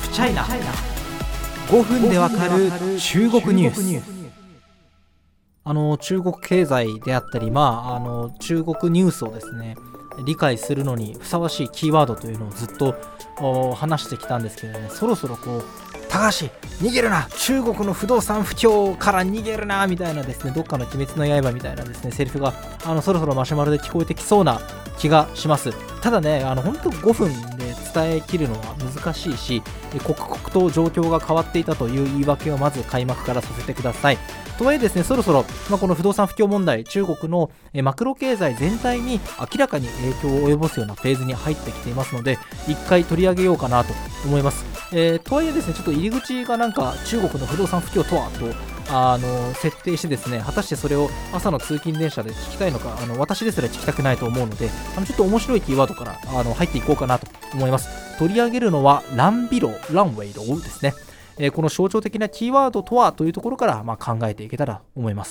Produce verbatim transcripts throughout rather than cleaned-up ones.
フチャイナ。ごふんでわかる中国ニュース。あの中国経済であったり、まあ、あの中国ニュースをですね理解するのにふさわしいキーワードというのをずっと話してきたんですけどね、そろそろこう高橋逃げるな、中国の不動産不況から逃げるなみたいなですね、どっかの鬼滅の刃みたいなですねセリフがあのそろそろマシュマロで聞こえてきそうな気がします。ただね、あの本当ごふんで伝えきるのは難しいし、刻々と状況が変わっていたという言い訳をまず開幕からさせてください。とはいえですね、そろそろ、まあ、この不動産不況問題、中国のマクロ経済全体に明らかに影響を及ぼすようなフェーズに入ってきていますので、一回取り上げようかなと思います。えー、とはいえですね、ちょっと入り口がなんか中国の不動産不況とはとあの設定してですね、果たしてそれを朝の通勤電車で聞きたいのか、あの私ですら聞きたくないと思うので、あのちょっと面白いキーワードからあの入っていこうかなと思います。取り上げるのはランビロー、ランウェイローですね。えー、この象徴的なキーワードとはというところから、まあ、考えていけたらと思います。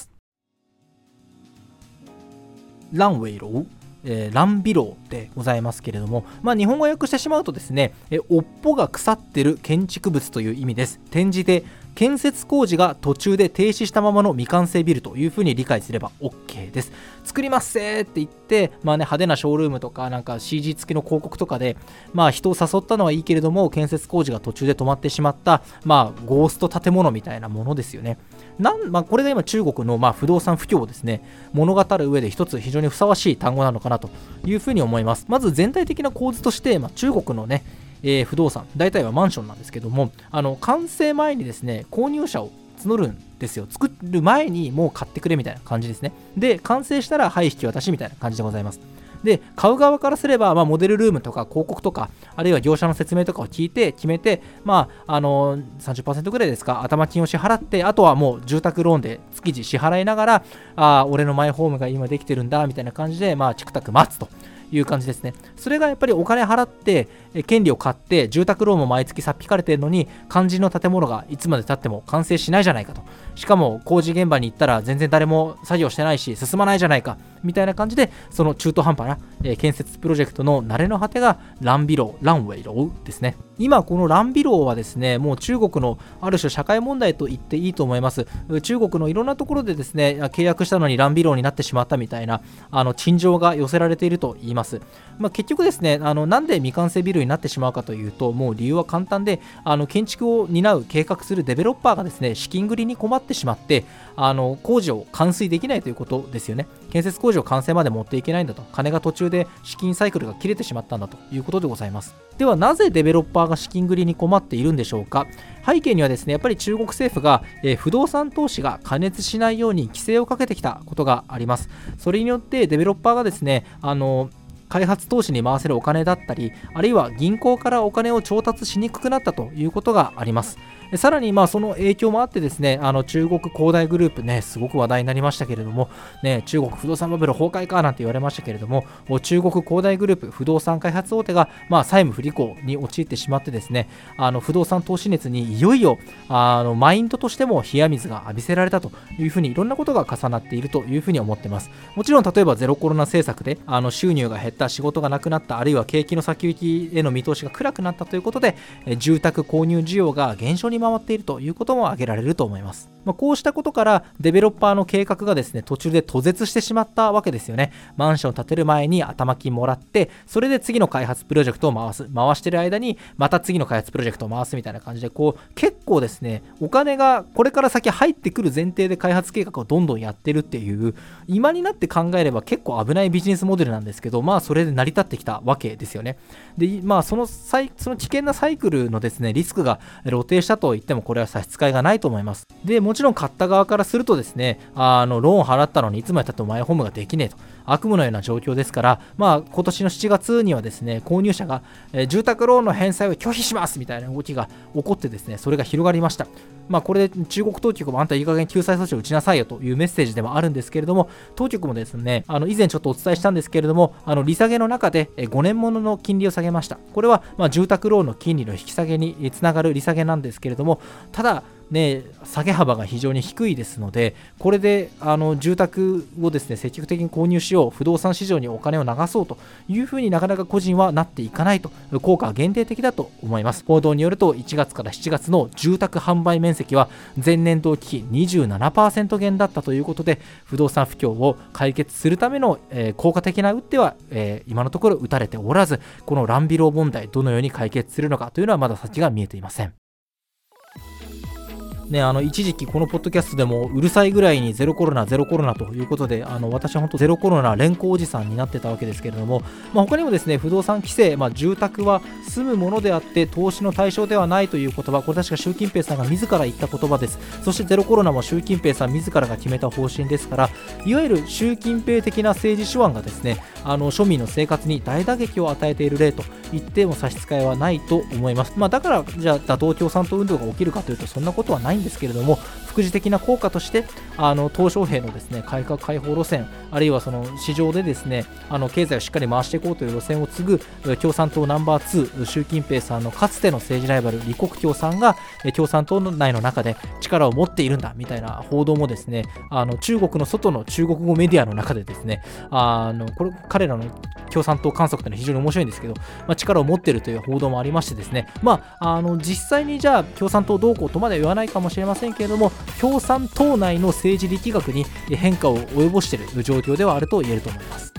ランウェイロー、えー、ランビローでございますけれども、まあ、日本語訳してしまうとですね、えー、尾っぽが腐ってる建築物という意味です。転じて建設工事が途中で停止したままの未完成ビルというふうに理解すれば OK です。作りますせーって言って、まあね、派手なショールームとかなんか シージー 付きの広告とかで、まあ、人を誘ったのはいいけれども建設工事が途中で止まってしまった、まあ、ゴースト建物みたいなものですよね。なん、まあ、これが今中国のまあ不動産不況をですね物語る上で一つ非常にふさわしい単語なのかなというふうに思います。まず全体的な構図として、まあ、中国のねえー、不動産、大体はマンションなんですけども、あの完成前にですね購入者を募るんですよ。作る前にもう買ってくれみたいな感じですね。で完成したらはい引き渡しみたいな感じでございます。で買う側からすれば、まあ、モデルルームとか広告とかあるいは業者の説明とかを聞いて決めて、まああのー、さんじゅっパーセント ぐらいですか頭金を支払って、あとはもう住宅ローンで月次支払いながら、あ俺のマイホームが今できてるんだみたいな感じで、まあチクタク待つという感じですね。それがやっぱりお金払って権利を買って住宅ローンも毎月さっ引かれてるのに肝心の建物がいつまで経っても完成しないじゃないかと、しかも工事現場に行ったら全然誰も作業してないし進まないじゃないかみたいな感じで、その中途半端な、えー、建設プロジェクトの慣れの果てがランビロー、ランウェイローですね。今このランビローはですね、もう中国のある種社会問題と言っていいと思います。中国のいろんなところでですね契約したのにランビローになってしまったみたいなあの陳情が寄せられていると言います。まあ、結局ですね、あのなんで未完成ビルになってしまうかというと、もう理由は簡単で、あの建築を担う計画するデベロッパーがですね資金繰りに困ってしまって、あの工事を完遂できないということですよね。建設工事を完成まで持っていけないんだと、金が途中で資金サイクルが切れてしまったんだということでございます。ではなぜデベロッパーが資金繰りに困っているんでしょうか。背景にはですねやっぱり中国政府が、えー、不動産投資が過熱しないように規制をかけてきたことがあります。それによってデベロッパーがですねあの開発投資に回せるお金だったり、あるいは銀行からお金を調達しにくくなったということがあります。さらにまあその影響もあってですね、あの中国恒大グループね、すごく話題になりましたけれども、ね、中国不動産バブル崩壊かなんて言われましたけれども、中国恒大グループ不動産開発大手がまあ債務不履行に陥ってしまってですね、あの不動産投資熱にいよいよあのマインドとしても冷や水が浴びせられたというふうにいろんなことが重なっているというふうに思っています。もちろん例えばゼロコロナ政策であの収入が減った、仕事がなくなった、あるいは景気の先行きへの見通しが暗くなったということで、住宅購入需要が減少に回っているということも挙げられると思います。まあ、こうしたことからデベロッパーの計画がですね途中で途絶してしまったわけですよね。マンションを建てる前に頭金もらって、それで次の開発プロジェクトを回す、回してる間にまた次の開発プロジェクトを回すみたいな感じで、こう結構ですねお金がこれから先入ってくる前提で開発計画をどんどんやってるっていう、今になって考えれば結構危ないビジネスモデルなんですけど、まあそれで成り立ってきたわけですよね。でまあそのサイその危険なサイクルのですねリスクが露呈したと言ってもこれは差し支えがないと思います。でもちろん買った側からするとですね、あのローン払ったのにいつまでたってもマイホームができねえと悪夢のような状況ですから、まあ今年のしちがつにはですね購入者が、えー、住宅ローンの返済を拒否しますみたいな動きが起こってですね、それが広がりました。まあこれで中国当局もあんたいい加減救済措置を打ちなさいよというメッセージでもあるんですけれども、当局もですねあの以前ちょっとお伝えしたんですけれども、あの利下げの中でごねんものの金利を下げました。これはまあ住宅ローンの金利の引き下げにつながる利下げなんですけれども、ただね、下げ幅が非常に低いですので、これであの住宅をですね積極的に購入しよう、不動産市場にお金を流そうというふうになかなか個人はなっていかないと、効果は限定的だと思います。報道によるといちがつからしちがつの住宅販売面積は前年同期比 にじゅうななパーセント 減だったということで、不動産不況を解決するための、えー、効果的な打っては、えー、今のところ打たれておらず、この乱ビロ問題どのように解決するのかというのはまだ先が見えていません。ね、あの一時期このポッドキャストでもうるさいぐらいにゼロコロナゼロコロナということで、あの私は本当ゼロコロナ連行おじさんになってたわけですけれども、まあ、他にもですね不動産規制、まあ、住宅は住むものであって投資の対象ではないという言葉、これ確か習近平さんが自ら言った言葉です。そしてゼロコロナも習近平さん自らが決めた方針ですから、いわゆる習近平的な政治手腕がですねあの庶民の生活に大打撃を与えている例と言っても差し支えはないと思います。まあ、だからじゃあ打倒共産党運動が起きるかというとそんなことはないんですけれども、副次的な効果としてあの鄧小平のですね改革開放路線、あるいはその市場でですねあの経済をしっかり回していこうという路線を継ぐ共産党ナンバーツー習近平さんのかつての政治ライバル李克強さんが共産党内の中で力を持っているんだみたいな報道もですね、あの中国の外の中国語メディアの中でですね、あのこれ彼らの共産党観測というのは非常に面白いんですけど、まあ、力を持っているという報道もありましてですね、まあ、あの実際にじゃあ共産党どうこうとまでは言わないかもしれませんけれども、共産党内の政治力学に変化を及ぼしている状況ではあると言えると思います。